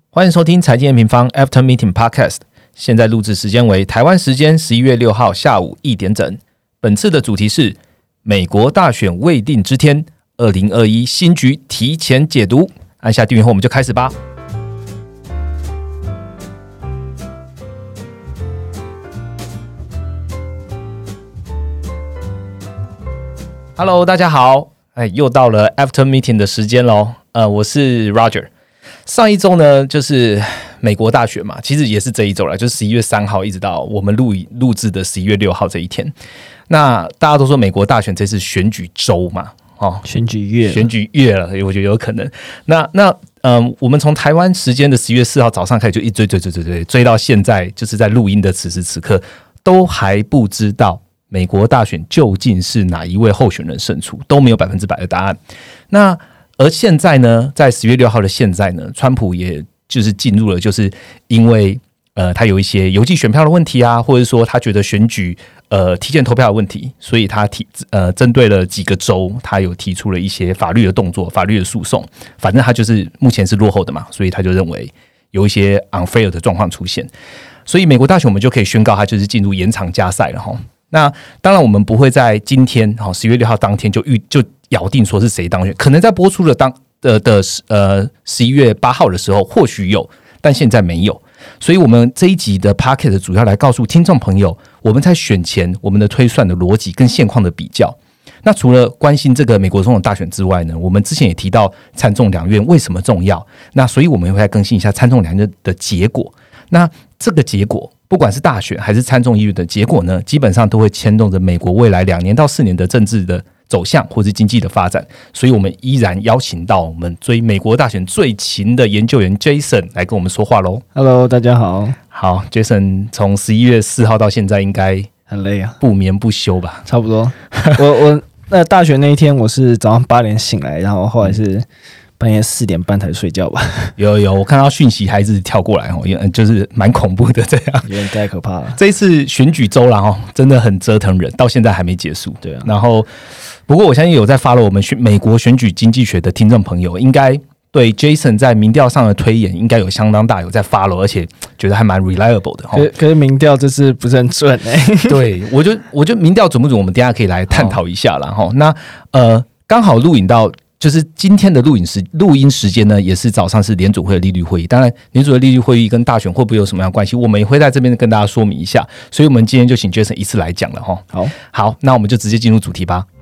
欢迎收听财经研平方 After Meeting Podcast， 现在录制时间为台湾时间11月6号下午1点整。本次的主题是美国大选未定之天，2021新局提前解读。按下订阅后，我们就开始吧。Hello， 大家好，又到了 After Meeting 的时间咯。我是 Roger。上一周呢，就是美国大选嘛，其实也是这一周啦，就是11月3号一直到我们录制的11月6号这一天。那大家都说美国大选这次选举周嘛，选举月了，我觉得有可能。我们从台湾时间的11月4号早上开始就一追到现在，就是在录音的此时此刻，都还不知道美国大选究竟是哪一位候选人胜出，都没有100%的答案。而现在呢，在10月6号的现在呢，川普也就是进入了，就是因为他有一些邮寄选票的问题啊，或者说他觉得选举提前投票的问题，所以他针对了几个州，他有提出了一些法律的动作、法律的诉讼。反正他就是目前是落后的嘛，所以他就认为有一些 unfair 的状况出现，所以美国大选我们就可以宣告他就是进入延长加赛了齁。那当然我们不会在今天10月6号当天就咬定说是谁当选，可能在播出的11月8号的时候或许有，但现在没有。所以我们这一集的 Podcast 主要来告诉听众朋友，我们在选前我们的推算的逻辑跟现况的比较。那除了关心这个美国总统大选之外呢，我们之前也提到参众两院为什么重要，那所以我们也会来更新一下参众两院的结果。那这个结果不管是大选还是参众议院的结果呢，基本上都会牵动着美国未来2年到4年的政治的走向或是经济的发展，所以我们依然邀请到我们追美国大选最勤的研究员 Jason 来跟我们说话咯。 Hello， 大家好。 好， Jason 从11月4号到现在应该很累啊， 不眠不休吧？ 差不多。我那大选那一天我是早上8点醒来，然后后来是半夜4点半才睡觉吧。有， 我看到讯息还是跳过来，就是蛮恐怖的这样， 有点太可怕了。 这一次选举周啦，真的很折腾人，到现在还没结束。对啊，然后不过我相信有在 follow 我们美国选举经济学的听众朋友，应该对 Jason 在民调上的推演应该有相当大有在 follow， 而且觉得还蛮 reliable 的。 可是民调这次不是很准对，我觉得民调准不准，我们等一下可以来探讨一下啦。那刚好录影到。就是今天的录音时间呢，也是早上是联准会的利率会议。当然，联准会的利率会议跟大选会不会有什么样的关系，我们也会在这边跟大家说明一下。所以，我们今天就请 Jason 一次来讲了齁。好，那我们就直接进入主题吧。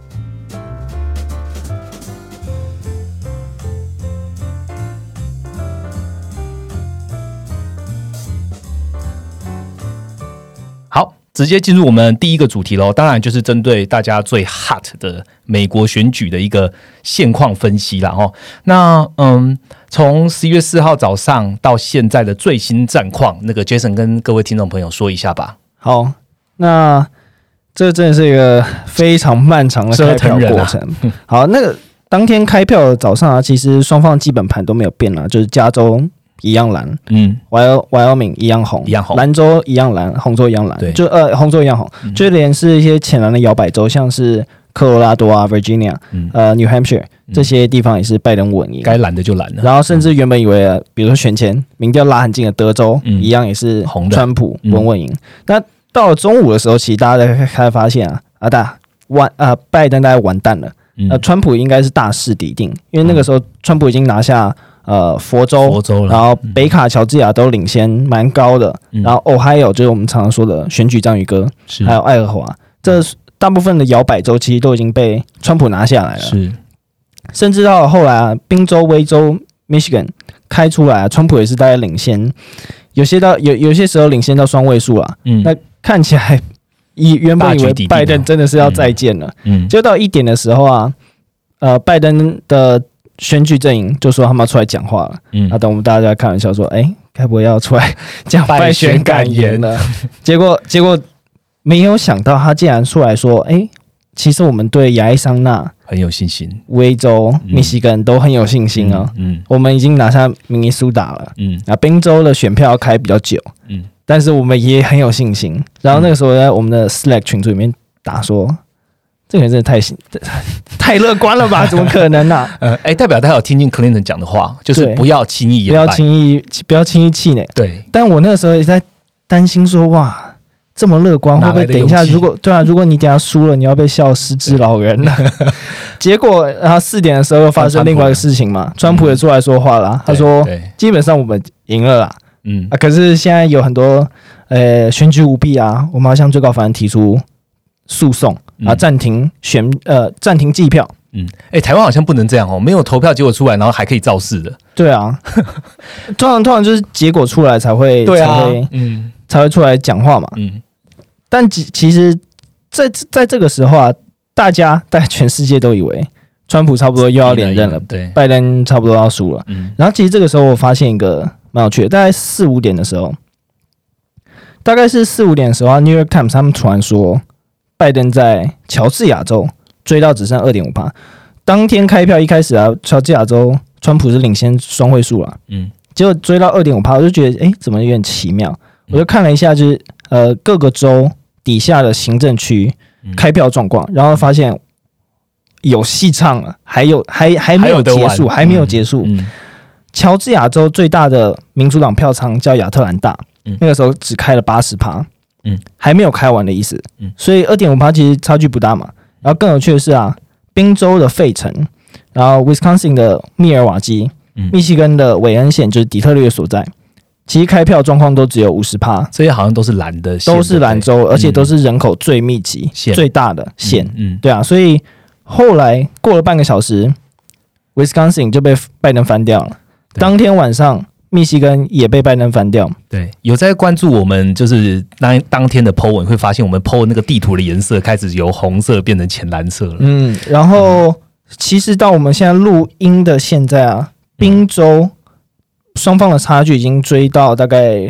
好，直接进入我们第一个主题咯，当然就是针对大家最 hot 的美国选举的一个现况分析啦齁。那从11月4号早上到现在的最新战况，那个 Jason 跟各位听众朋友说一下吧。 好，那这真的是一个非常漫长的开票过程。好，那个当天开票的早上啊，其实双方基本盘都没有变啦，就是加州一样蓝，Wyoming 一样红，兰州一样蓝，红州一样蓝，就红州一样红，就连是一些浅蓝的摇摆州，像是科罗拉多啊、Virginia、New Hampshire 这些地方也是拜登稳赢，该蓝的就蓝了。 然后甚至原本以为，比如说选前民调拉很近的德州，一样也是川普稳赢。那到了中午的时候，其实大家才开始发现拜登大概完蛋了。川普应该是大势已定，因为那个时候川普已经拿下佛州，然后北卡、乔治亚都领先蛮高的，然后Ohio就是我们常常说的选举章鱼哥，还有爱荷华，这大部分的摇摆州其实都已经被川普拿下来了。是，甚至到了后来宾州、威州、Michigan 开出来川普也是大概领先，有些时候领先到双位数啊。那看起来原本以为拜登真的是要再见了，就到1点的时候啊，拜登的选举阵营就说他们要出来讲话了。那等我们大家开玩笑说，该不会要出来讲败选感言了？结果没有想到他竟然出来说，其实我们对亚利桑那很有信心， 威州、密西根都很有信心啊。我们已经拿下明尼苏达了。宾州的选票要开比较久。但是我们也很有信心。然后那个时候在我们的 Slack 群组里面打说， 这个人真的太乐观了吧？怎么可能啊？ 代表他有听进 Clinton 讲的话，就是不要轻易言败， 不要轻易气馁。 对， 但我那个时候也在担心说，哇，这么乐观，会不会等一下如果你等一下输了，你要被笑失智老人了？结果4点的时候又发生另外一个事情嘛，川普也出来说话了，他说基本上我们赢了啦。可是现在有很多选举舞弊啊，我们要向最高法院提出诉讼啊，暂停计票。 台湾好像不能这样哦，没有投票结果出来，然后还可以造势的。对啊，通常就是结果出来才会才会出来讲话嘛。但其实在这个时候啊，大概全世界都以为川普差不多又要连任了，对，拜登差不多要输了。然后其实这个时候我发现一个蛮有趣的，大概4-5点的时候，大概是4-5点的时候啊 ，New York Times 他们突然说，拜登在乔治亚州追到只剩 2.5%。当天开票一开始啊，乔治亚州川普是领先双位数了，结果追到 2.5%， 我就觉得怎么有点奇妙。我就看了一下，就是各个州底下的行政区开票状况，然后发现有戏唱了，还没有结束，还没有结束。乔治亚州最大的民主党票仓叫亚特兰大，那个时候只开了 80%，还没有开完的意思。所以 2.5% 其实差距不大嘛。然后更有趣的是啊，宾州的费城，然后 Wisconsin 的密尔瓦基，密西根的韦恩县就是底特律的所在。其实开票状况都只有 50%， 这些好像都是蓝的县， 都是蓝州，而且都是人口最密集、最大的县。对啊，所以后来过了半个小时 ，Wisconsin 就被拜登翻掉了。当天晚上，密西根也被拜登翻掉。 对，有在关注我们就是当天的 po 文，会发现我们 po 那个地图的颜色开始由红色变成浅蓝色了。 然后其实到我们现在录音的现在啊，宾州。双方的差距已经追到大概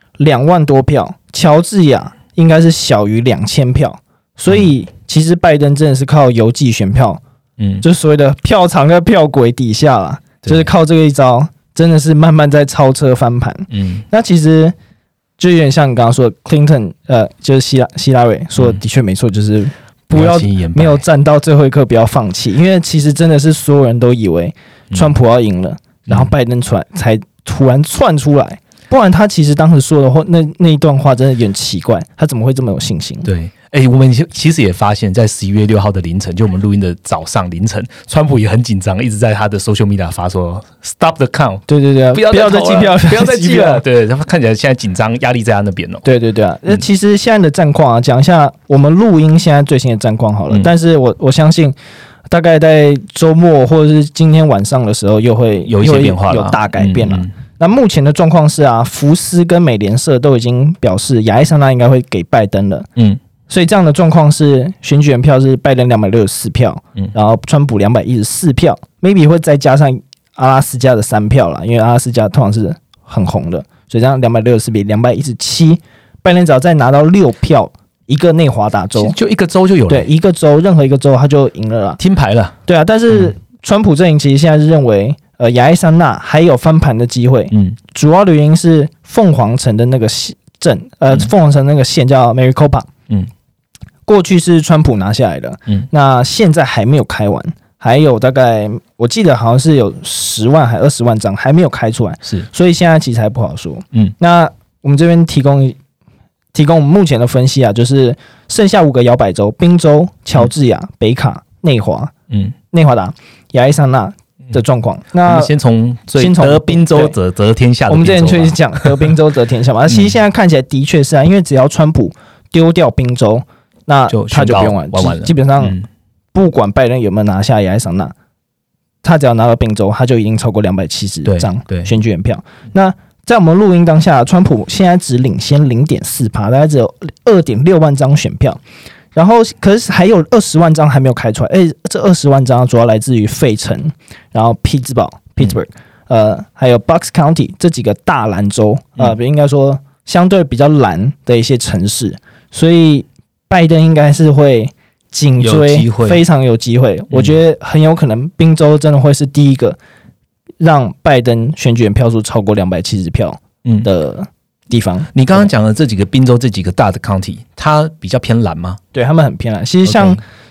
2万多票，乔治亚应该是小于2000票，所以其实拜登真的是靠邮寄选票，就是所谓的票藏在票轨底下啦，就是靠这个一招，真的是慢慢在超车翻盘。那其实就有点像你刚刚说的 Clinton， 就是希拉蕊说的确没错，就是不要没有站到最后一刻不要放弃，因为其实真的是所有人都以为川普要赢了，然后拜登才突然窜出来，不然他其实当时说的话，那一段话真的有点奇怪，他怎么会这么有信心？ 对，我们其实也发现，在11月6号的凌晨，就我们录音的早上凌晨，川普也很紧张，一直在他的 social media 发说 “stop the count”， 对，不要再计票， 不要再计了。对，他看起来现在紧张，压力在他那边哦。 对啊，那其实现在的战况啊，讲一下我们录音现在最新的战况好了，但是我相信。大概在周末或者是今天晚上的时候，又会有一些变化了， 有大改变了。那目前的状况是啊，福斯跟美联社都已经表示亚利桑那应该会给拜登了。所以这样的状况是选举人票是拜登264票，然后川普214票 ，maybe 会再加上阿拉斯加的3票啦，因为阿拉斯加通常是很红的，所以这样264比217，拜登只要再拿到6票。一个内华达州， 就一个州就有了， 对，一个州，任何一个州他就赢了啦， 听牌了。 对啊，但是川普阵营其实现在是认为，亚利桑那还有翻盘的机会。主要的原因是凤凰城的那个镇，凤凰城那个县叫 Maricopa，过去是川普拿下来的，那现在还没有开完，还有大概我记得好像是有10万还20万张还没有开出来， 是， 所以现在其实还不好说。那我们这边提供我们目前的分析啊，就是剩下5个摇摆州：宾州、乔治亚、北卡、内华达、亚利桑那的状况。那我们先从得宾州则天下的宾州吧。 我们之前确实讲得宾州则天下嘛。其实现在看起来的确是啊，因为只要川普丢掉宾州，那他就不用玩了。基本上不管拜登有没有拿下亚利桑那，他只要拿到宾州，他就已经超过270张选举人票。那在我们录音当下，川普现在只领先 0.4%， 大概只有 2.6 万张选票，然后可是还有20万张还没有开出来。这20万张主要来自于费城，然后匹兹堡 （Pittsburgh），还有 Bucks County 这几个大蓝州，应该说相对比较蓝的一些城市，所以拜登应该是会紧追，非常有机会。我觉得很有可能宾州真的会是第一个。让拜登选举人票数超过270票的地方。 你刚刚讲的这几个宾州这几个大的 county， 它比较偏蓝吗？ 对，他们很偏蓝。其实像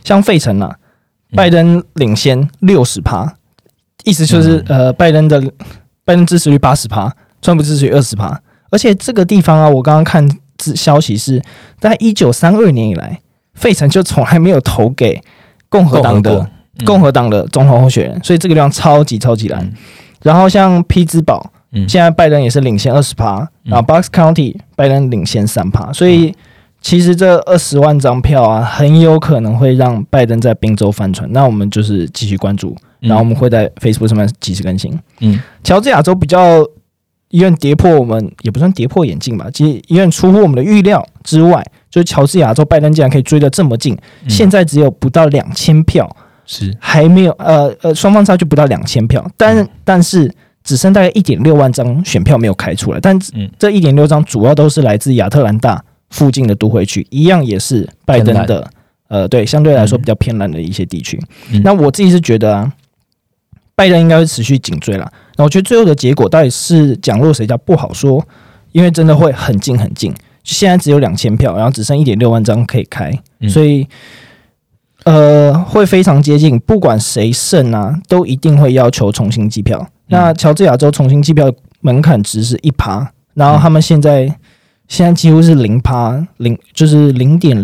像费城啊，拜登领先60%，意思就是拜登支持率80%，川普支持率20%。而且这个地方啊，我刚刚看消息是，在1932年以来，费城就从来没有投给共和党的总统候选人，所以这个地方超级蓝。然后像匹兹堡，现在拜登也是领先20%，然后 Bucks County 拜登领先3%，所以其实这20万张票啊，很有可能会让拜登在宾州翻船。那我们就是继续关注，然后我们会在 Facebook 上面及时更新。乔治亚州比较有点跌破我们，也不算跌破眼镜吧，其实有点出乎我们的预料之外。就是乔治亚州拜登竟然可以追得这么近，现在只有不到2000票， 是还没有双方差距不到2000票，但是只剩大概1.6万张选票没有开出来，但这1.6张主要都是来自亚特兰大附近的都会区，一样也是拜登的对，相对来说比较偏蓝的一些地区。那我自己是觉得啊，拜登应该会持续紧追啦。那我觉得最后的结果到底是讲落谁家不好说，因为真的会很近。现在只有2000票，然后只剩1.6万张可以开，所以会非常接近。不管谁胜啊，都一定会要求重新计票。那乔治亚州重新计票门槛值是1%，然后他们现在几乎是0%，就是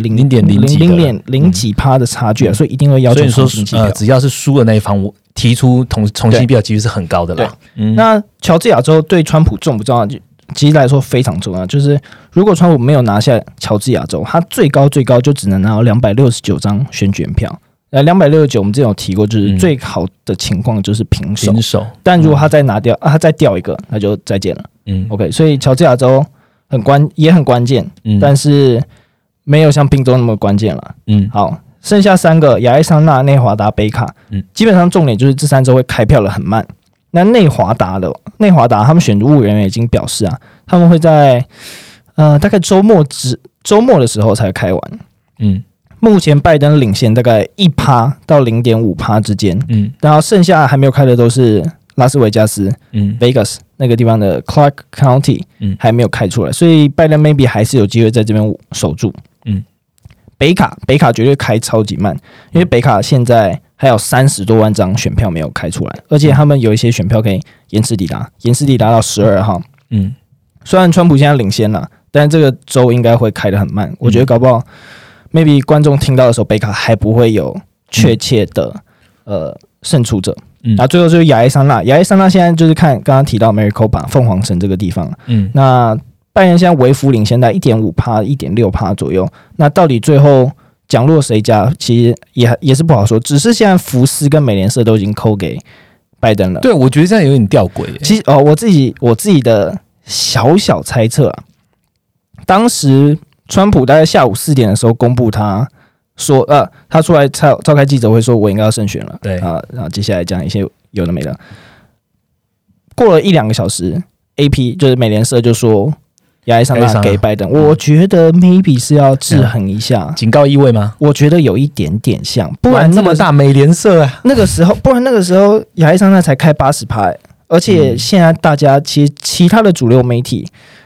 0.0几%的差距啊，所以一定会要求重新计票。 只要是输的那一方，我提出重新计票几率是很高的啦。 那乔治亚州对川普重不重要？其实来说非常重要，就是如果川普没有拿下乔治亚州，他最高就只能拿到269张选举人票。269我们之前有提过，就是最好的情况就是平手。但如果他再拿掉他再掉一个，那就再见了。OK， 所以乔治亚州也很关键，但是没有像宾州那么关键了。好，剩下3个亚利桑那、内华达、北卡，基本上重点就是这3州会开票的很慢。那内华达他们选务人员已经表示啊，他们会在大概周末的时候才开完。目前拜登领先大概1%到0.5% 之间。然后剩下还没有开的都是拉斯维加斯、Vegas 那个地方的 Clark County 还没有开出来，所以拜登 maybe 还是有机会在这边守住。北卡绝对开超级慢，因为北卡现在还有30多万张选票没有开出来，而且他们有一些选票可以延迟抵达到12号。虽然川普现在领先了，但这个州应该会开得很慢。我觉得搞不好 maybe 观众听到的时候，北卡还不会有确切的胜出者。那最后就是亚利桑那现在就是看刚刚提到 Maricopa 凤凰城这个地方。那拜登现在微幅领先在 1.5%、1.6% 左右。那到底最后讲落谁家，其实也是不好说。只是现在福斯跟美联社都已经扣给拜登了。 对，我觉得这样有点吊诡。 其实我自己的小猜测啊，当时川普大概下午4点的时候公布他说他出来召开记者会说我应该要胜选了。 对然后接下来讲一些有的没的。过了1-2个小时 ，AP 就是美联社就说亚利桑那给拜登，我觉得 maybe 是要制衡一下， 警告意味吗？ 我觉得有一点点像，不然那么大美联社啊， 那个时候亚利桑那才开80%，而且现在大家其他的主流媒体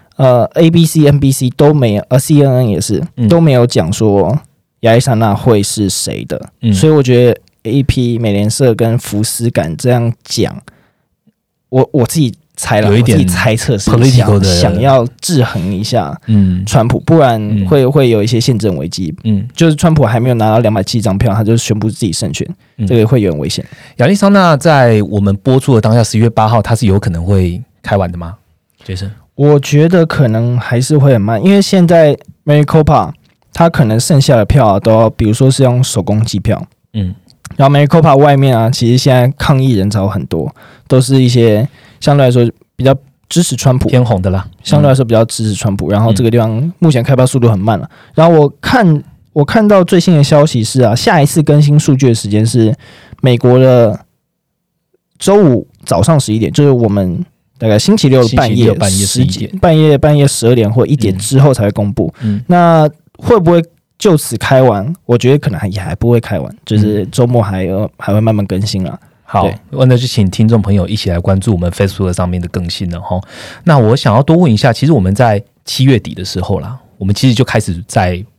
ABC、NBC 都没有CNN 也是都没有讲说亚利桑那会是谁的，所以我觉得 AP 美联社跟福斯敢这样讲，我自己猜了， 有一点我自己猜测是想要制衡一下川普，不然会有一些宪政危机。就是川普还没有拿到270张票，他就宣布自己胜选，这个会有点危险。 亚利桑那在我们播出的当下10月8号，它是有可能会开完的吗？杰森， 我觉得可能还是会很慢，因为现在 Maricopa 它可能剩下的票都要，比如说是用手工计票。然后 Maricopa 外面啊，其实现在抗议人潮很多，都是一些相对来说比较支持川普偏红的啦， 相对来说比较支持川普。然后这个地方目前开票速度很慢了。然后我看到最新的消息是啊，下一次更新数据的时间是美国的周5早上11点，就是我们大概星期六半夜11点，半夜12点或1点之后才会公布。那会不会就此开完？我觉得可能也还不会开完，就是周末还会慢慢更新啦。 好，那就请听众朋友一起来关注我们 Facebook 上面的更新了齁。那我想要多问一下，其实我们在7月底的时候啦，我们其实就开始在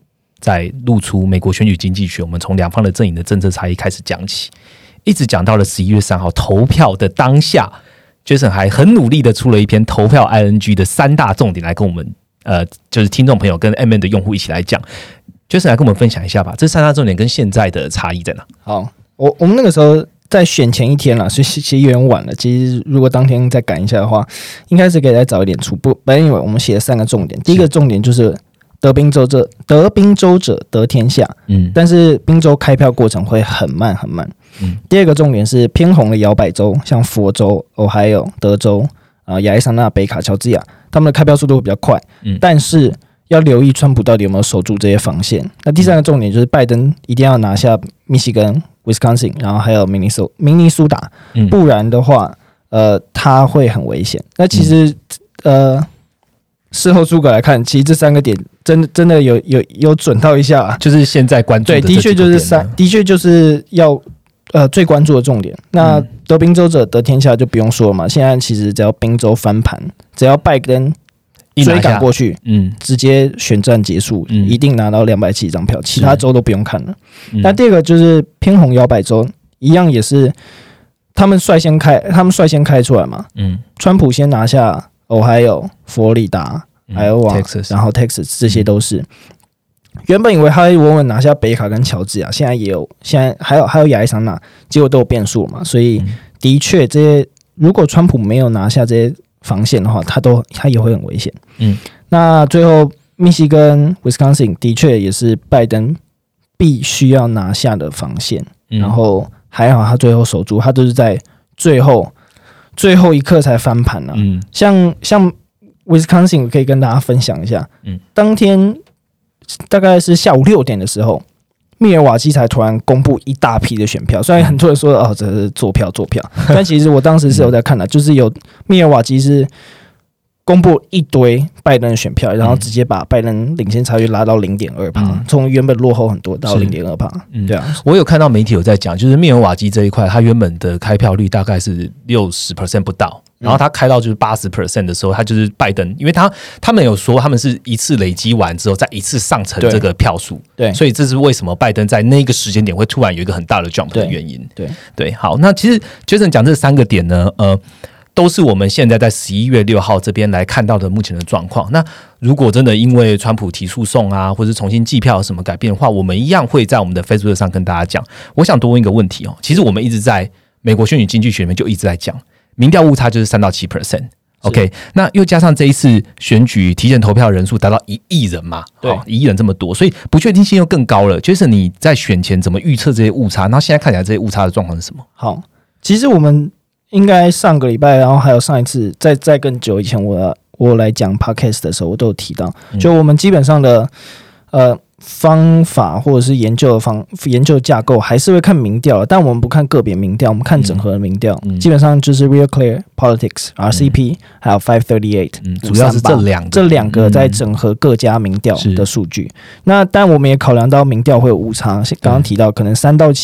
在露出美国选举经济学，我们从两方的阵营的政策差异开始讲起，一直讲到了11月3号投票的当下 ，Jason 还很努力的出了一篇投票 ING 的3大重点来跟我们就是听众朋友跟 MM 的用户一起来讲。Jason 来跟我们分享一下吧，这3大重点跟现在的差异在哪？ 好，我们那个时候在选前一天啦，所以其实有点晚了。其实如果当天再赶一下的话，应该是可以再早一点出。不，因为我们写了3个重点，第一个重点就是得宾州者得天下，但是宾州开票过程会很慢很慢。第二个重点是偏红的摇摆州，像佛州、Ohio、德州、亚利桑那、北卡、乔治亚，他们的开票速度会比较快，但是要留意川普到底有没有守住这些防线。那第3个重点就是拜登一定要拿下密西根、Wisconsin， 然后还有明尼苏达，不然的话，他会很危险。那其实，事后诸葛来看，其实这3个点真的有准到一下， 就是现在关注的这几个点。 对，的确就是要最关注的重点。那得宾州者得天下就不用说了嘛，现在其实只要宾州翻盘，只要拜登追赶过去，直接选战结束，一定拿到270张票，其他州都不用看了。那第二个就是偏红摇摆州，一样也是他们率先开出来嘛。川普先拿下 Ohio、佛罗里达、Iowa， 然后 Texas， 这些都是。原本以为他会稳稳拿下北卡跟乔治亚，现在还有亚利桑那，结果都有变数嘛。所以的确，这些如果川普没有拿下这些防线的话，他也会很危险。那最后密西根、Wisconsin 的确也是拜登必须要拿下的防线，然后还好他最后守住，他都是在最后一刻才翻盘啊。像 Wisconsin 我可以跟大家分享一下，当天大概是下午6点的时候，密尔瓦基才突然公布一大批的选票，虽然很多人说这是做票，但其实我当时是有在看的，就是有密尔瓦基是公布一堆拜登的选票，然后直接把拜登领先差距拉到 0.2%，从原本落后很多到 0.2%。对啊， 我有看到媒体有在讲，就是密尔瓦基这一块，它原本的开票率大概是 60% 不到。然后他开到就是 80% 的时候，他就是拜登，因为他们有说他们是一次累积完之后再一次上乘这个票数，对，所以这是为什么拜登在那个时间点会突然有一个很大的 jump 的原因。对，好，那其实 Jason 讲这3个点呢，都是我们现在在11月6号这边来看到的目前的状况。那如果真的因为川普提诉讼啊，或是重新计票有什么改变的话，我们一样会在我们的 Facebook 上跟大家讲。我想多问一个问题哦，其实我们一直在美国选举经济学里面就一直在讲。民调误差就是3到7%，OK， 那又加上这一次选举提前投票人数达到1亿人嘛，对，1亿人这么多，所以不确定性又更高了。就是你在选前怎么预测这些误差？然后现在看起来这些误差的状况是什么？ 好，其实我们应该上个礼拜，然后还有上一次，在更久以前我来讲 podcast 的时候，我都有提到，就我们基本上的方法或者是研究架构还是会看民调，但我们不看个别民调，我们看整合的民调，基本上就是 Real Clear Politics、RCP 还有538， 主要是这两个在整合各家民调的数据。那但我们也考量到民调会有误差，刚刚提到可能3到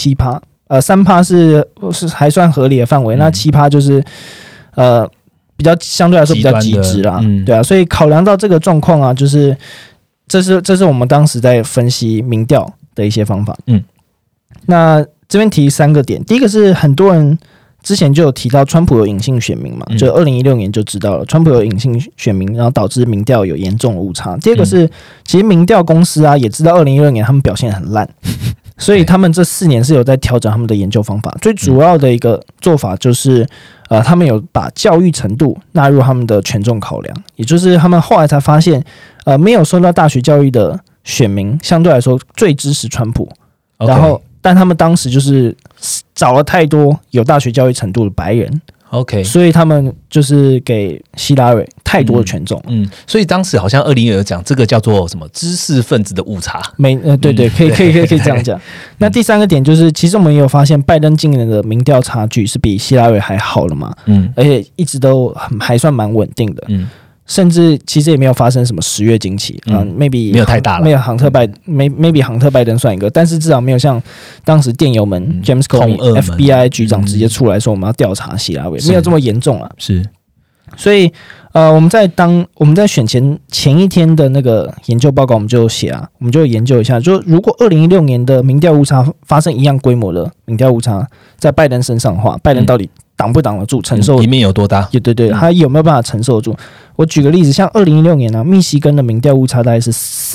7%，3% 是还算合理的范围，那7%就是比较相对来说比较极致啦，对啊，所以考量到这个状况啊，就是这是我们当时在分析民调的一些方法。那这边提3个点，第一个是很多人之前就有提到川普有隐性选民嘛，就2016年就知道了川普有隐性选民，然后导致民调有严重的误差。第二个是其实民调公司啊也知道2016年他们表现很烂，所以他们这4年是有在调整他们的研究方法。最主要的一个做法就是他们有把教育程度纳入他们的权重考量，也就是他们后来才发现没有受到大学教育的选民相对来说最支持川普，然后但他们当时就是找了太多有大学教育程度的白人，OK， 所以他们就是给希拉蕊太多的权重， 所以当时好像2012有讲这个叫做什么知识分子的误差， 对，可以这样讲。那第3个点就是，其实我们也有发现，拜登今年的民调差距是比希拉蕊还好了嘛，而且一直都还算蛮稳定的，甚至其实也没有发生什么10月惊奇，maybe 没有太大了， 没有maybe 杭特拜登算一个，但是至少没有像当时电邮们James Comey FBI 局长直接出来说我们要调查希拉蕊，没有这么严重啊。 是。 所以我们在选前一天的那个研究报告，我们就写啊，我们就研究一下，就如果2016年的民调误差发生一样规模的民调误差在拜登身上的话，拜登到底挡不挡得住，承受里面有多大？ 对，他有没有办法承受得住？我举个例子，像2016年呢，密西根的民调误差大概是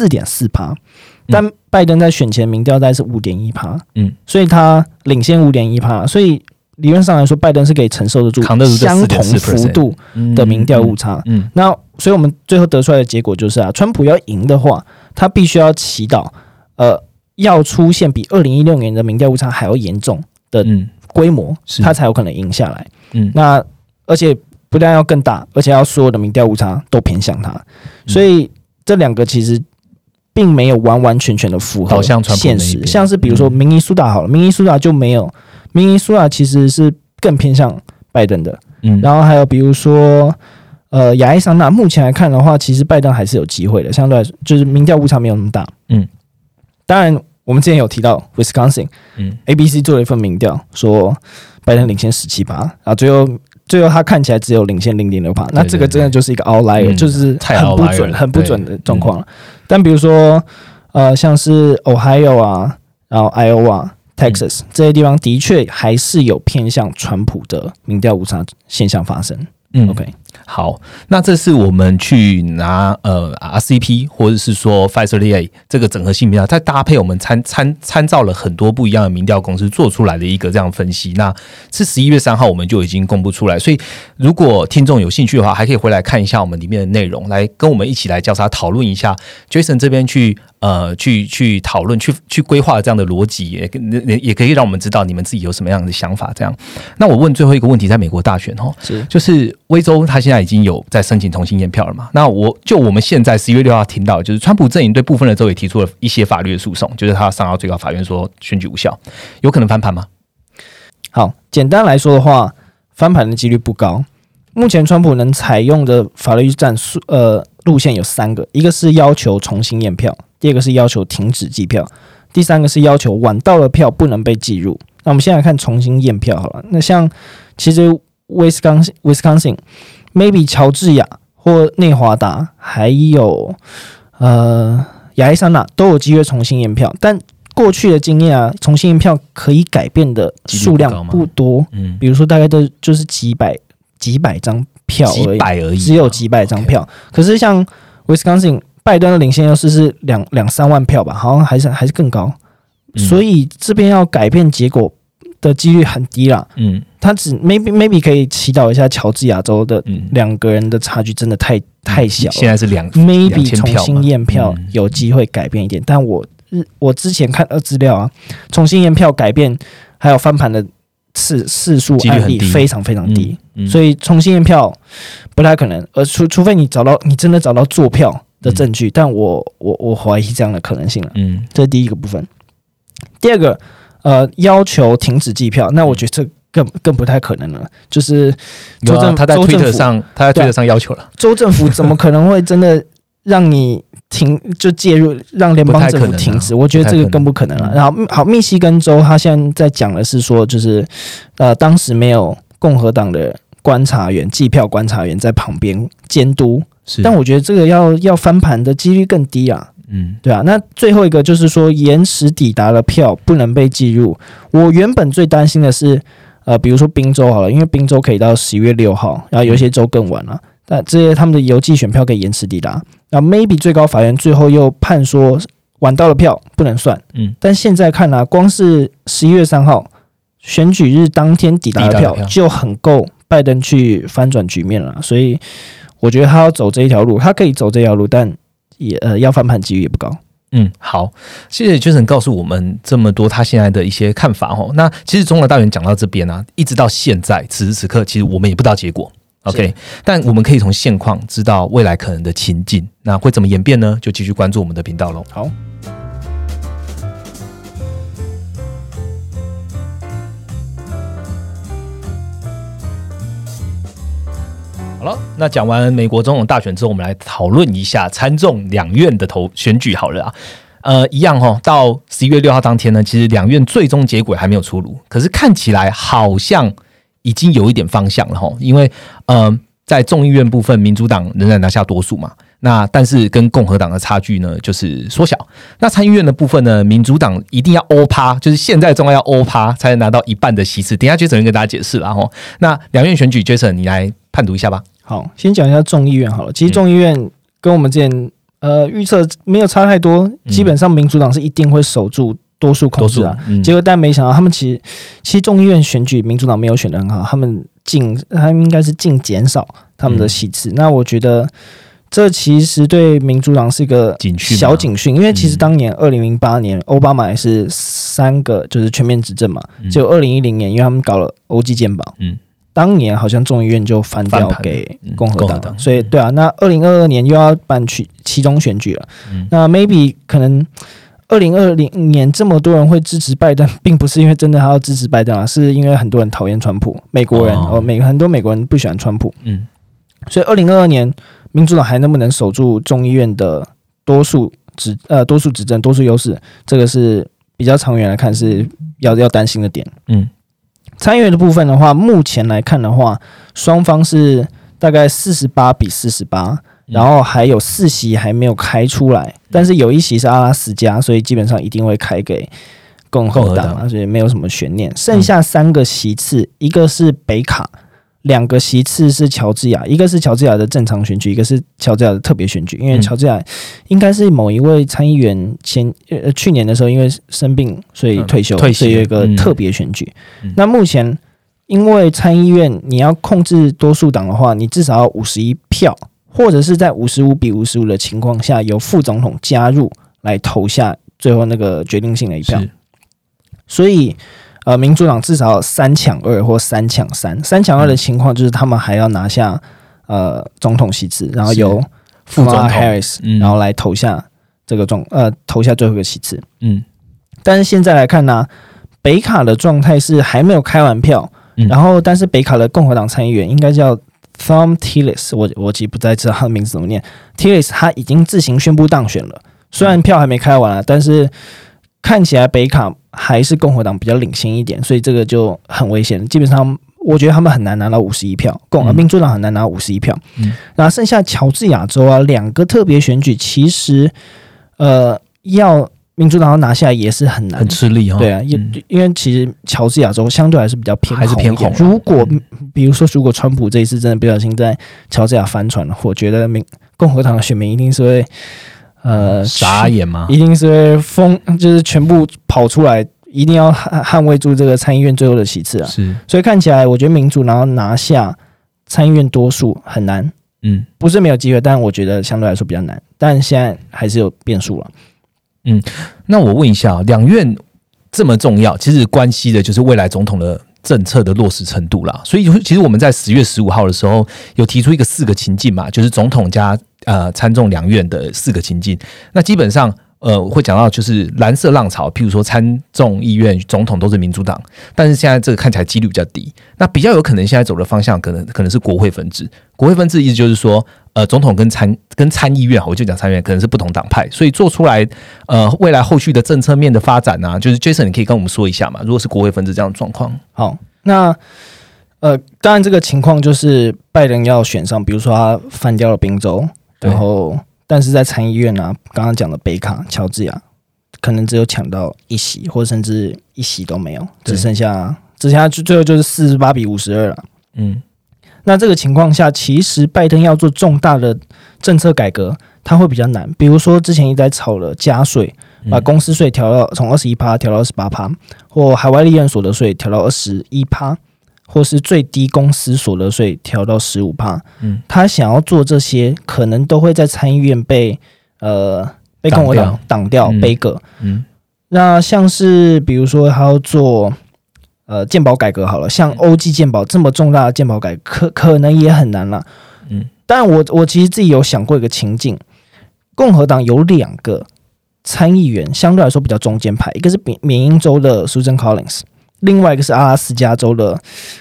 4.4%，但拜登在选前民调大概是5.1%，所以他领先5.1%，所以理论上来说，拜登是可以承受得住相同幅度的民调误差。那所以我们最后得出来的结果就是啊，川普要赢的话，他必须要祈祷要出现比2016年的民调误差还要严重的规模，他才有可能赢下来。那而且不但要更大，而且要所有的民调误差都偏向他，所以这两个其实并没有完完全全的符合现实。像是比如说明尼苏达好了，明尼苏达就没有。明尼苏达其实是更偏向拜登的，然后还有比如说亚利桑那，目前来看的话，其实拜登还是有机会的，相对来说就是民调误差没有那么大。当然我们之前有提到 Wisconsin，ABC 做了一份民调，说拜登领先17%，然后最后他看起来只有领先0.6%，那这个真的就是一个 outlier，就是很不准的状况了。但比如说像是 Ohio 啊，然后 Iowa、Texas 这些地方的确还是有偏向川普的民调误差现象发生。OK， 好，那这是我们去拿RCP 或者是说 Pfizer-Lilly 这个整合性民调，再搭配我们参照了很多不一样的民调公司做出来的一个这样分析。那是11月3号我们就已经公布出来，所以如果听众有兴趣的话，还可以回来看一下我们里面的内容，来跟我们一起来交叉讨论一下 Jason 这边去讨论去规划这样的逻辑，也可以让我们知道你们自己有什么样的想法。这样，那我问最后一个问题，在美国大选就是威州他现在已经有在申请同性验票了嘛？那我们现在11月6号听到，就是川普阵营对部分的州也提出了一些法律的诉讼，就是他上到最高法院说选举无效，有可能翻盘吗？ 好，简单来说的话，翻盘的几率不高。目前川普能采用的法律战路线有3个，一个是要求重新验票，第二个是要求停止计票，第三个是要求晚到的票不能被计入。那我们先来看重新验票好了。那像其实 Wisconsin、maybe 乔治亚或内华达，还有亚利桑那都有机会重新验票，但过去的经验啊，重新验票可以改变的数量不多，比如说大概都就是几百张票而已，只有几百张票。可是像 Wisconsin， 拜登的领先优势是2-3万票吧，好像还是更高，所以这边要改变结果的几率很低啦。他只 maybe 可以祈祷一下乔治亚州的2个人的差距真的太小了， 现在是 maybe 重新验票有机会改变一点，但我之前看资料啊，重新验票改变还有翻盘的次数案例非常非常低，所以重新验票不太可能，除非你真的找到作票的证据，但我怀疑这样的可能性了。这是第一个部分。第二个要求停止计票，那我觉得这更不太可能了，就是他在推特上要求了， 州政府怎么可能会真的让你就介入让联邦政府停止？我觉得这个更不可能了。然后好，密西根州他现在在讲的是说，就是当时没有共和党的计票观察员在旁边监督，但我觉得这个要翻盘的几率更低啊。对啊。那最后一个就是说，延迟抵达的票不能被计入。我原本最担心的是，比如说宾州好了，因为宾州可以到11月6号，然后有一些州更晚了。但这些他们的邮寄选票可以延迟抵达，然后 maybe 最高法院最后又判说晚到的票不能算。但现在看啊，光是11月3号选举日当天抵达的票就很够拜登去翻转局面了，所以我觉得他要走这一条路，他可以走这条路，但也要翻盘几率也不高。 好，谢谢 Jason 告诉我们这么多他现在的一些看法。那其实中国大选讲到这边啊，一直到现在此时此刻，其实我们也不知道结果。OK， 但我们可以从现况知道未来可能的情境，那会怎么演变呢？就继续关注我们的频道咯。 好， 好了，那讲完美国总统大选之后，我们来讨论一下参众两院的选举好了啊。一样到11月6号当天呢，其实两院最终结果还没有出炉，可是看起来好像已经有一点方向了因为在众议院部分，民主党仍然拿下多数嘛。那但是跟共和党的差距呢，就是缩小。那参议院的部分呢，民主党一定要欧趴，就是现在中要欧趴才能拿到一半的席次。等一下 Jason 会跟大家解释啦齁。那两院选举 ，Jason 你来判读一下吧。 好，先讲一下众议院好了。其实众议院跟我们之前预测没有差太多，基本上民主党是一定会守住多数控制啊。结果但没想到他们其实众议院选举民主党没有选得很好，他们应该是净减少他们的席次。那我觉得这其实对民主党是一个小警讯，因为其实当年2008年奥巴马也是3个就是全面执政嘛，结果2010年因为他们搞了欧记健保，当年好像众议院就翻掉给共和党，所以对啊，那2022年又要办期中选举了，那 maybe 可能2020年这么多人会支持拜登，并不是因为真的他要支持拜登啊，是因为很多人讨厌川普，美国人很多美国人不喜欢川普，所以2022年民主党还能不能守住众议院的多数执政多数优势，这个是比较长远来看是要担心的点。参议院的部分的话，目前来看的话，双方是大概48-48，然后还有4席还没有开出来，但是有1席是阿拉斯加，所以基本上一定会开给共和党，所以没有什么悬念。剩下3个席次，一个是北卡，2个席次是乔治亚，一个是乔治亚的正常选举，一个是乔治亚的特别选举。因为乔治亚应该是某一位参议员去年的时候因为生病所以退休，所以有一个特别选举。那目前因为参议院你要控制多数党的话，你至少要51票，或者是在55-55的情况下由副总统加入来投下最后那个决定性的一票。所以民主党至少3抢2或3抢3，3抢2的情况就是他们还要拿下总统席次，然后由副总统 Harris 然后来投下这个投下最后一个席次。但是现在来看呢，北卡的状态是还没有开完票，然后但是北卡的共和党参议员应该叫 Thom Tillis， 我其实不太知道他的名字怎么念。Tillis 他已经自行宣布当选了，虽然票还没开完了，但是看起来北卡还是共和党比较领先一点，所以这个就很危险。基本上我觉得他们很难拿到51票，民主党很难拿到51票。那剩下乔治亚州啊2个特别选举，其实要民主党要拿下也是很难， 很吃力哦。 对啊，因为其实乔治亚州相对还是比较偏红，如果比如说如果川普这一次真的不小心在乔治亚翻船了，我觉得共和党的选民一定是会傻眼吗？ 一定是会就是全部跑出来，一定要捍卫住这个参议院最后的席次啊。所以看起来我觉得民主然后拿下参议院多数很难，不是没有机会，但我觉得相对来说比较难，但现在还是有变数了。 那我问一下，两院这么重要，其实关系的就是未来总统的政策的落实程度啦。所以其实我们在10月15号的时候有提出一个4个情境嘛，就是总统加参众两院的4个情境。那基本上会讲到就是蓝色浪潮，譬如说参众议院总统都是民主党，但是现在这个看起来几率比较低。那比较有可能现在走的方向可能是国会分治。国会分治意思就是说总统跟参议院，我就讲参议院可能是不同党派，所以做出来未来后续的政策面的发展啊，就是 Jason 你可以跟我们说一下嘛，如果是国会分治这样的状况。 好，那当然这个情况就是拜登要选上，比如说他翻掉了宾州，然后但是在参议院啊，刚刚讲的北卡、乔治亚可能只有抢到1席，或甚至1席都没有，只剩下最后就是48-52了。那这个情况下，其实拜登要做重大的政策改革，它会比较难。比如说之前一直在炒了加税，把公司税从21%调到28%，或海外利润所得税调到21%，或是最低公司所得税调到15%。他想要做这些，可能都会在参议院被共和党挡掉杯葛。那像是比如说他要做健保改革好了，像欧记健保这么重大的健保改革可能也很难了。但我其实自己有想过一个情境，共和党有2个参议员相对来说比较中间派，一个是缅因州的 Susan Collins， 另外一个是阿拉斯加州的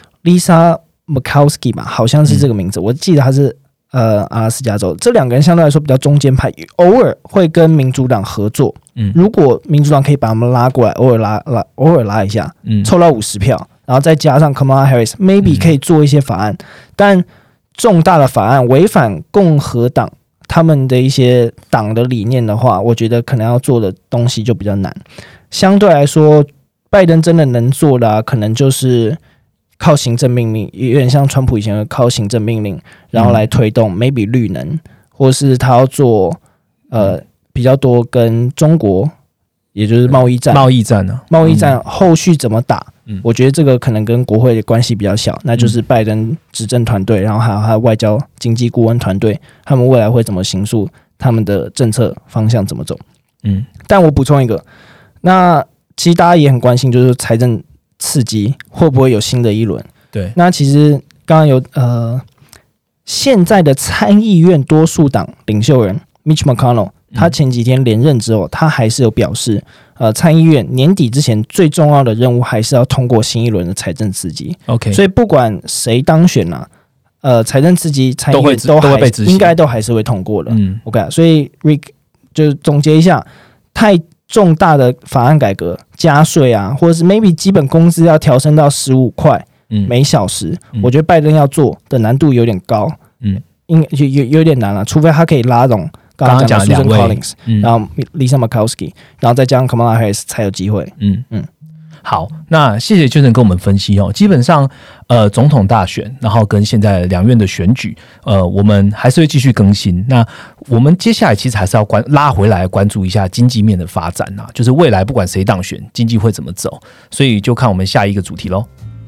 Lisa Murkowski 吧，好像是这个名字，我记得他是阿拉斯加州。这2个人相对来说比较中间派，偶尔会跟民主党合作。如果民主党可以把他们拉过来，偶尔拉一下，凑到50票，然后再加上 Kamala Harris，maybe 可以做一些法案。但重大的法案违反共和党他们的一些党的理念的话，我觉得可能要做的东西就比较难。相对来说，拜登真的能做的可能就是靠行政命令，有点像川普以前的靠行政命令，然后来推动 maybe 绿能，或是他要做比较多跟中国，也就是贸易战后续怎么打？我觉得这个可能跟国会的关系比较小，那就是拜登执政团队，然后还有他的外交经济顾问团队，他们未来会怎么行述他们的政策方向怎么走。但我补充一个，那其实大家也很关心，就是财政刺激会不会有新的一轮？ 对， 那其实刚刚有现在的参议院多数党领袖人 Mitch McConnell， 他前几天连任之后，他还是有表示，参议院年底之前最重要的任务还是要通过新一轮的财政刺激。 OK， 所以不管谁当选财政刺激参议院都会被执行， 应该都还是会通过的。OK， 所以 Rick 就是总结一下，太重大的法案改革、加税或者是 maybe 基本工资要调升到15块每小时，我觉得拜登要做的难度有点高，有点难了，除非他可以拉拢刚刚讲的 Susan Collins，然后 Lisa Murkowski， 然后再加上 Kamala Harris 才有机会。 好，那谢谢Jason跟我们分析基本上总统大选，然后跟现在两院的选举，我们还是会继续更新。那我们接下来其实还是要拉回来关注一下经济面的发展就是未来不管谁当选，经济会怎么走，所以就看我们下一个主题咯。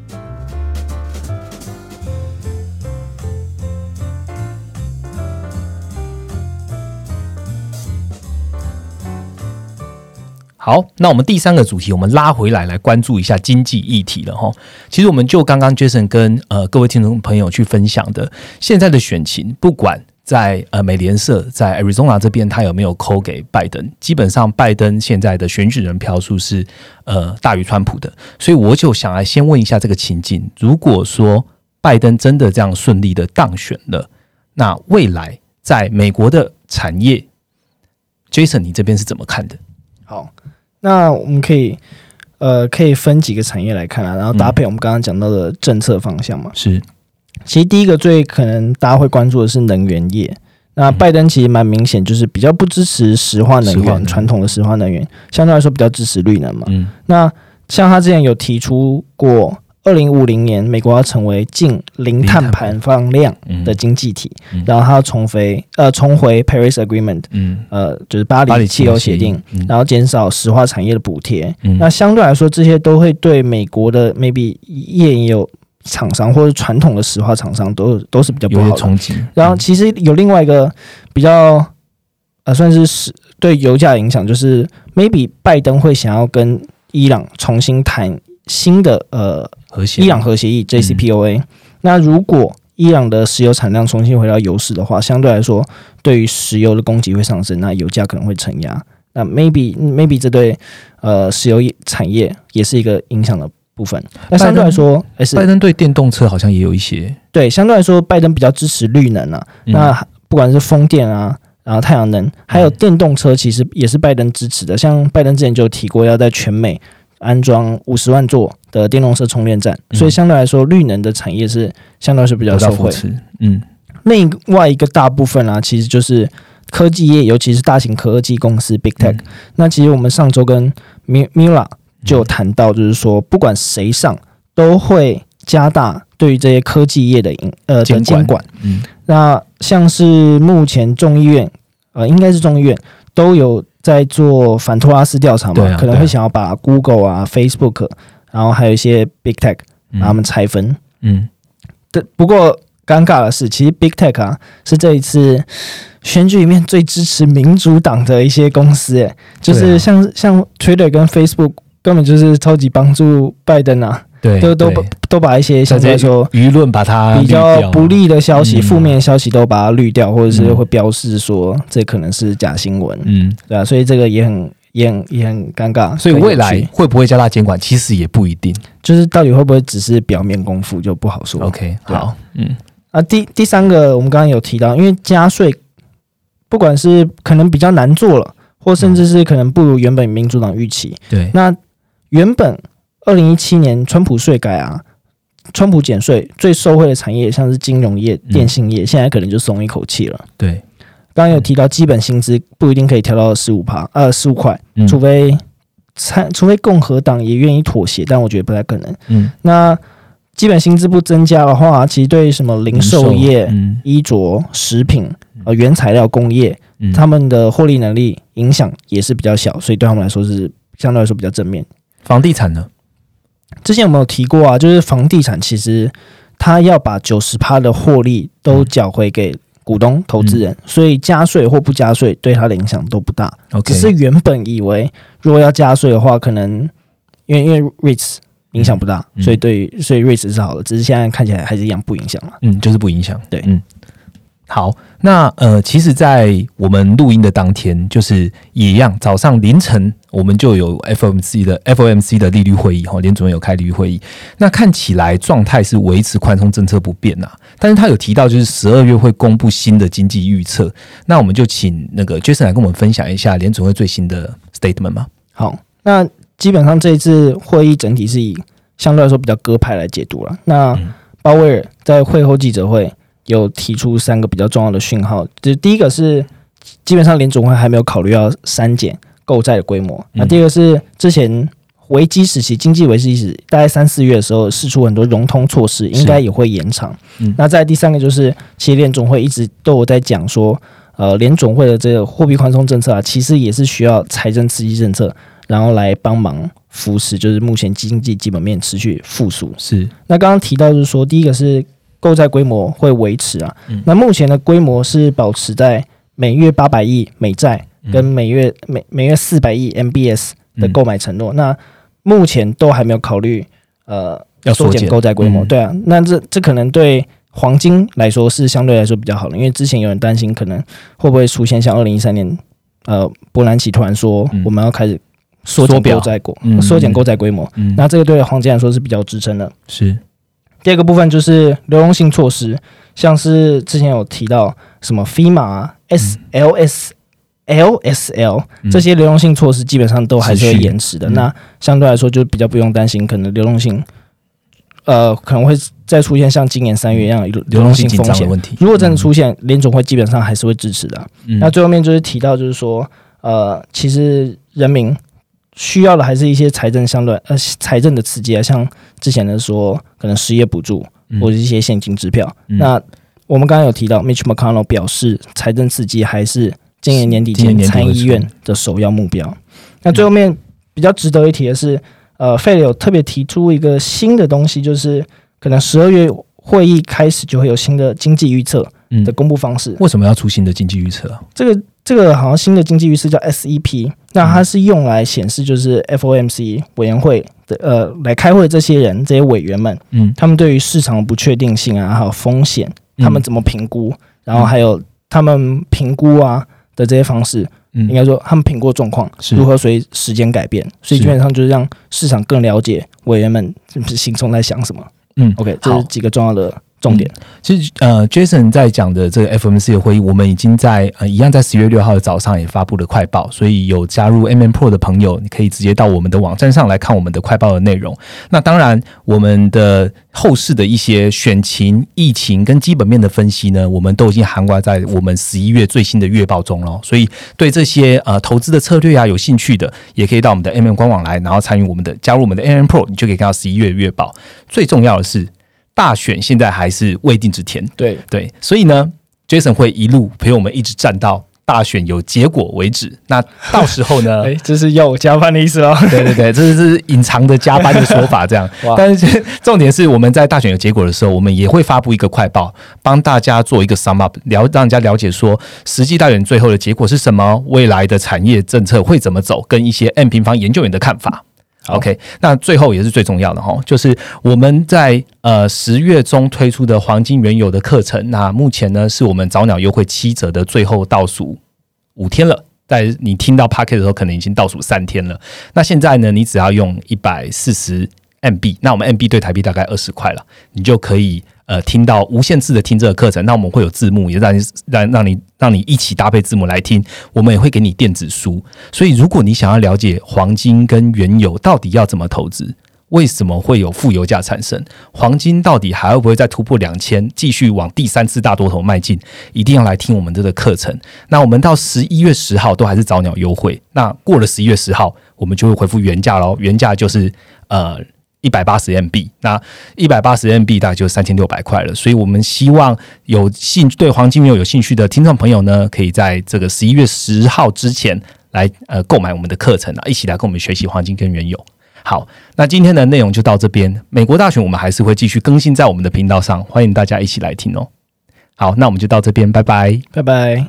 好，那我们第三个主题，我们拉回来关注一下经济议题了齁。其实我们就刚刚 Jason 跟各位听众朋友去分享的，现在的选情，不管在美联社在 Arizona 这边，他有没有扣给拜登，基本上拜登现在的选举人票数是大于川普的，所以我就想来先问一下这个情境，如果说拜登真的这样顺利的当选了，那未来在美国的产业 ，Jason 你这边是怎么看的？ 好。那我们可以分几个产业来看然后搭配我们刚刚讲到的政策方向嘛。 是， 其实第一个最可能大家会关注的是能源业。那拜登其实蛮明显，就是比较不支持石化能源，传统的石化能源，相对来说比较支持绿能嘛。那像他之前有提出过，2050年美国要成为近零碳排放量的经济体，然后他要重回 Paris Agreement，就是巴黎气候协定，然后减少石化产业的补贴。那相对来说，这些都会对美国的 maybe 页岩油厂商或者传统的石化厂商都是比较不好的冲击。然后其实有另外一个比较算是对油价的影响，就是 maybe 拜登会想要跟伊朗重新谈新的伊朗核协议 JCPOA，那如果伊朗的石油产量重新回到油市的话，相对来说对于石油的供给会上升，那油价可能会承压。那 maybe 这对石油产业也是一个影响的部分。那相对来说， 拜登对电动车好像也有一些。 对，相对来说，拜登比较支持绿能那不管是风电然后太阳能，还有电动车，其实也是拜登支持的。像拜登之前就有提过，要在全美安装50万座的电动车充电站，所以相对来说，绿能的产业是相对来说比较受惠。另外一个大部分其实就是科技业，尤其是大型科技公司 Big Tech。那其实我们上周跟 Mila 就有谈到，就是说不管谁上，都会加大对于这些科技业的监管。那像是目前众议院，应该是众议院都有在做反托拉斯调查嘛，可能会想要把 Google Facebook， 然后还有一些 Big Tech 把他们拆分。不过尴尬的是，其实 Big Tech 是这一次选举里面最支持民主党的一些公司，就是像 Twitter 跟 Facebook 根本就是超级帮助拜登都把一些相对来说舆论把它比较不利的消息、负面的消息都把它滤掉，或者是会标示说这可能是假新闻。对啊，所以这个也很尴尬。 所以未来会不会加大监管，其实也不一定， 就是到底会不会只是表面功夫就不好说。 OK， 好， 第三个我们刚刚有提到，因为加税不管是可能比较难做了，或甚至是可能不如原本民主党预期。 对， 那原本2017年川普税改川普减税最受惠的产业，像是金融业、电信业，现在可能就松一口气了。 对， 刚刚有提到基本薪资不一定可以调到15块，除非共和党也愿意妥协，但我觉得不太可能。那基本薪资不增加的话，其实对什么零售业、衣着、食品、原材料工业，他们的获利能力影响也是比较小，所以对他们来说是相对来说比较正面。 房地产呢？ 之前有没有提过啊？就是房地产其实它要把90%的获利都缴回给股东、投资人，所以加税或不加税对它的影响都不大。只是原本以为如果要加税的话，可能因为 REITs 影响不大，所以REITs 是好的，只是现在看起来还是一样不影响了。 就是不影响。对，好，那其实，在我们录音的当天，就是也一样，早上凌晨我们就有 FOMC 的利率会议，联准会有开利率会议。那看起来状态是维持宽松政策不变啊，但是他有提到就是12月会公布新的经济预测。那我们就请那个 Jason 来跟我们分享一下联准会最新的 statement 嘛。 好，那基本上这一次会议整体是以相对来说比较鸽派来解读了。那鲍威尔在会后记者会有提出3个比较重要的讯号，就是第一个是基本上联准会还没有考虑要删减购债的规模，那第二个是之前危机时期经济危机时大概3-4月的时候释出很多融通措施，应该也会延长。那再来第3个就是其实联准会一直都有在讲说联准会的这个货币宽松政策啊，其实也是需要财政刺激政策然后来帮忙扶持，就是目前经济基本面持续复苏。 是， 那刚刚提到就是说第一个是购债规模会维持啊，那目前的规模是保持在每月800亿美债跟每月400亿 MBS 的购买承诺，那目前都还没有考虑要缩减购债规模。对啊，那这可能对黄金来说是相对来说比较好的，因为之前有人担心可能会不会出现像2013年伯南奇突然说我们要开始缩减购债规模，那这个对黄金来说是比较支撑的。 是。 第二个部分就是流动性措施，像是之前有提到什么 FEMA、LSL 这些流动性措施基本上都还是会延迟的。那相对来说就比较不用担心可能流动性可能会再出现像今年3月一样的流动性风险。如果真的出现，联准会基本上还是会支持的。那最后面就是提到就是说其实人民需要的还是一些财政的刺激啊，像之前的说可能失业补助或者一些现金支票。那我们刚刚有提到 Mitch McConnell 表示财政刺激还是今年年底前参议院的首要目标。那最后面比较值得一提的是费有特别提出一个新的东西，就是可能12月会议开始就会有新的经济预测的公布方式。 为什么要出新的经济预测啊？ 这个好像新的经济预测叫 SEP， 那它是用来显示就是 FOMC 委员会的来开会这些人这些委员们，他们对于市场的不确定性啊，还有风险，他们怎么评估，然后还有他们评估啊的这些方式，应该说他们评估状况如何随时间改变，所以基本上就是让市场更了解委员们心中在想什么。OK， 这是几个重要的重点。 其实Jason 在讲的这个 FOMC 的会议，我们已经在一样在10月6号的早上也发布了快报，所以有加入 MM Pro 的朋友，你可以直接到我们的网站上来看我们的快报的内容。那当然，我们的后市的一些选情、疫情跟基本面的分析呢，我们都已经涵盖在我们11月最新的月报中了。所以对这些投资的策略啊有兴趣的，也可以到我们的 MM 官网来，然后参与加入我们的 MM Pro， 你就可以看到11月的月报。最重要的是，大选现在还是未定之天，对，所以呢 ，Jason 会一路陪我们一直站到大选有结果为止。那到时候呢？ 这是要我加班的意思哦。 对，这是隐藏的加班的说法，这样。但是重点是我们在大选有结果的时候，我们也会发布一个快报，帮大家做一个 sum up， 让大家了解说实际大选最后的结果是什么，未来的产业政策会怎么走，跟一些 M 平方研究员的看法。OK， 那最后也是最重要的就是我们在10月中推出的黄金原油的课程。那目前呢是我们早鸟优惠7折的最后倒数5天了，在你听到 Podcast 的时候可能已经倒数3天了。那现在呢，你只要用140 MB， 那我们 MB 对台币大概20块了，你就可以听到无限次的听这个课程。那我们会有字幕，也让你一起搭配字幕来听。我们也会给你电子书。所以如果你想要了解黄金跟原油到底要怎么投资， 为什么会有负油价产生？黄金到底还会不会再突破2000，继续往第3次大多头迈进？一定要来听我们这个课程。那我们到11月10号都还是早鸟优惠，那过了11月10号，我们就会恢复原价咯，原价就是180MB， 那180MB 大概就3600块了，所以我们希望对黄金有兴趣的听众朋友呢，可以在这个11月10号之前来购买我们的课程一起来跟我们学习黄金跟原油。好，那今天的内容就到这边。美国大选我们还是会继续更新在我们的频道上，欢迎大家一起来听哦。好，那我们就到这边，拜拜， 拜拜。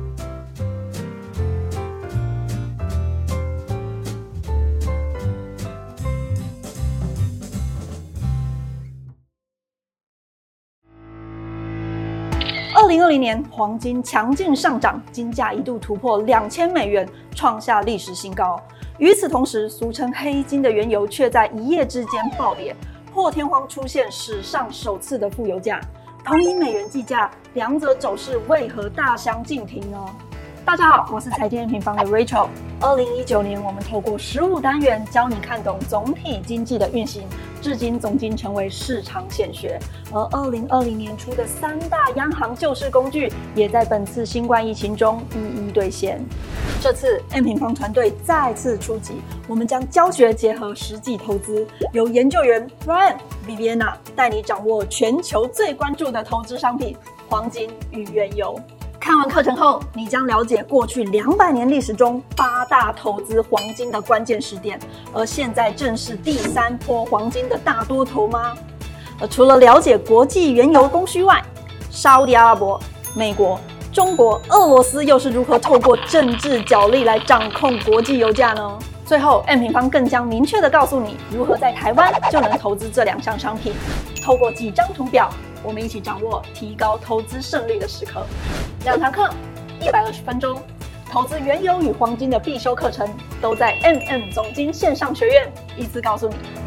2020年黄金强劲上涨，金价一度突破$2000，创下历史新高。与此同时，俗称黑金的原油却在一夜之间暴跌，破天荒出现史上首次的负油价。同以美元计价，两者走势为何大相径庭呢？大家好，我是财经平方的 Rachel。2019年，我们透过15单元教你看懂总体经济的运行，至今总经成为市场显学。而2020年初的3大央行救市工具，也在本次新冠疫情中一一兑现。这次 M 平方团队再次出击，我们将教学结合实际投资，由研究员 Brian、Viviana 带你掌握全球最关注的投资商品——黄金与原油。看完课程后，你将了解过去200年历史中8大投资黄金的关键时点，而现在正是第3波黄金的大多头吗？除了了解国际原油供需外，沙烏地阿拉伯、美国、中国、俄罗斯又是如何透过政治角力来掌控国际油价呢？最后 M 平方更将明确地告诉你如何在台湾就能投资这2项商品。透过几张图表，我们一起掌握提高投资胜率的时刻。2堂课，120分钟，投资原油与黄金的必修课程，都在 MM 总经线上学院一次告诉你。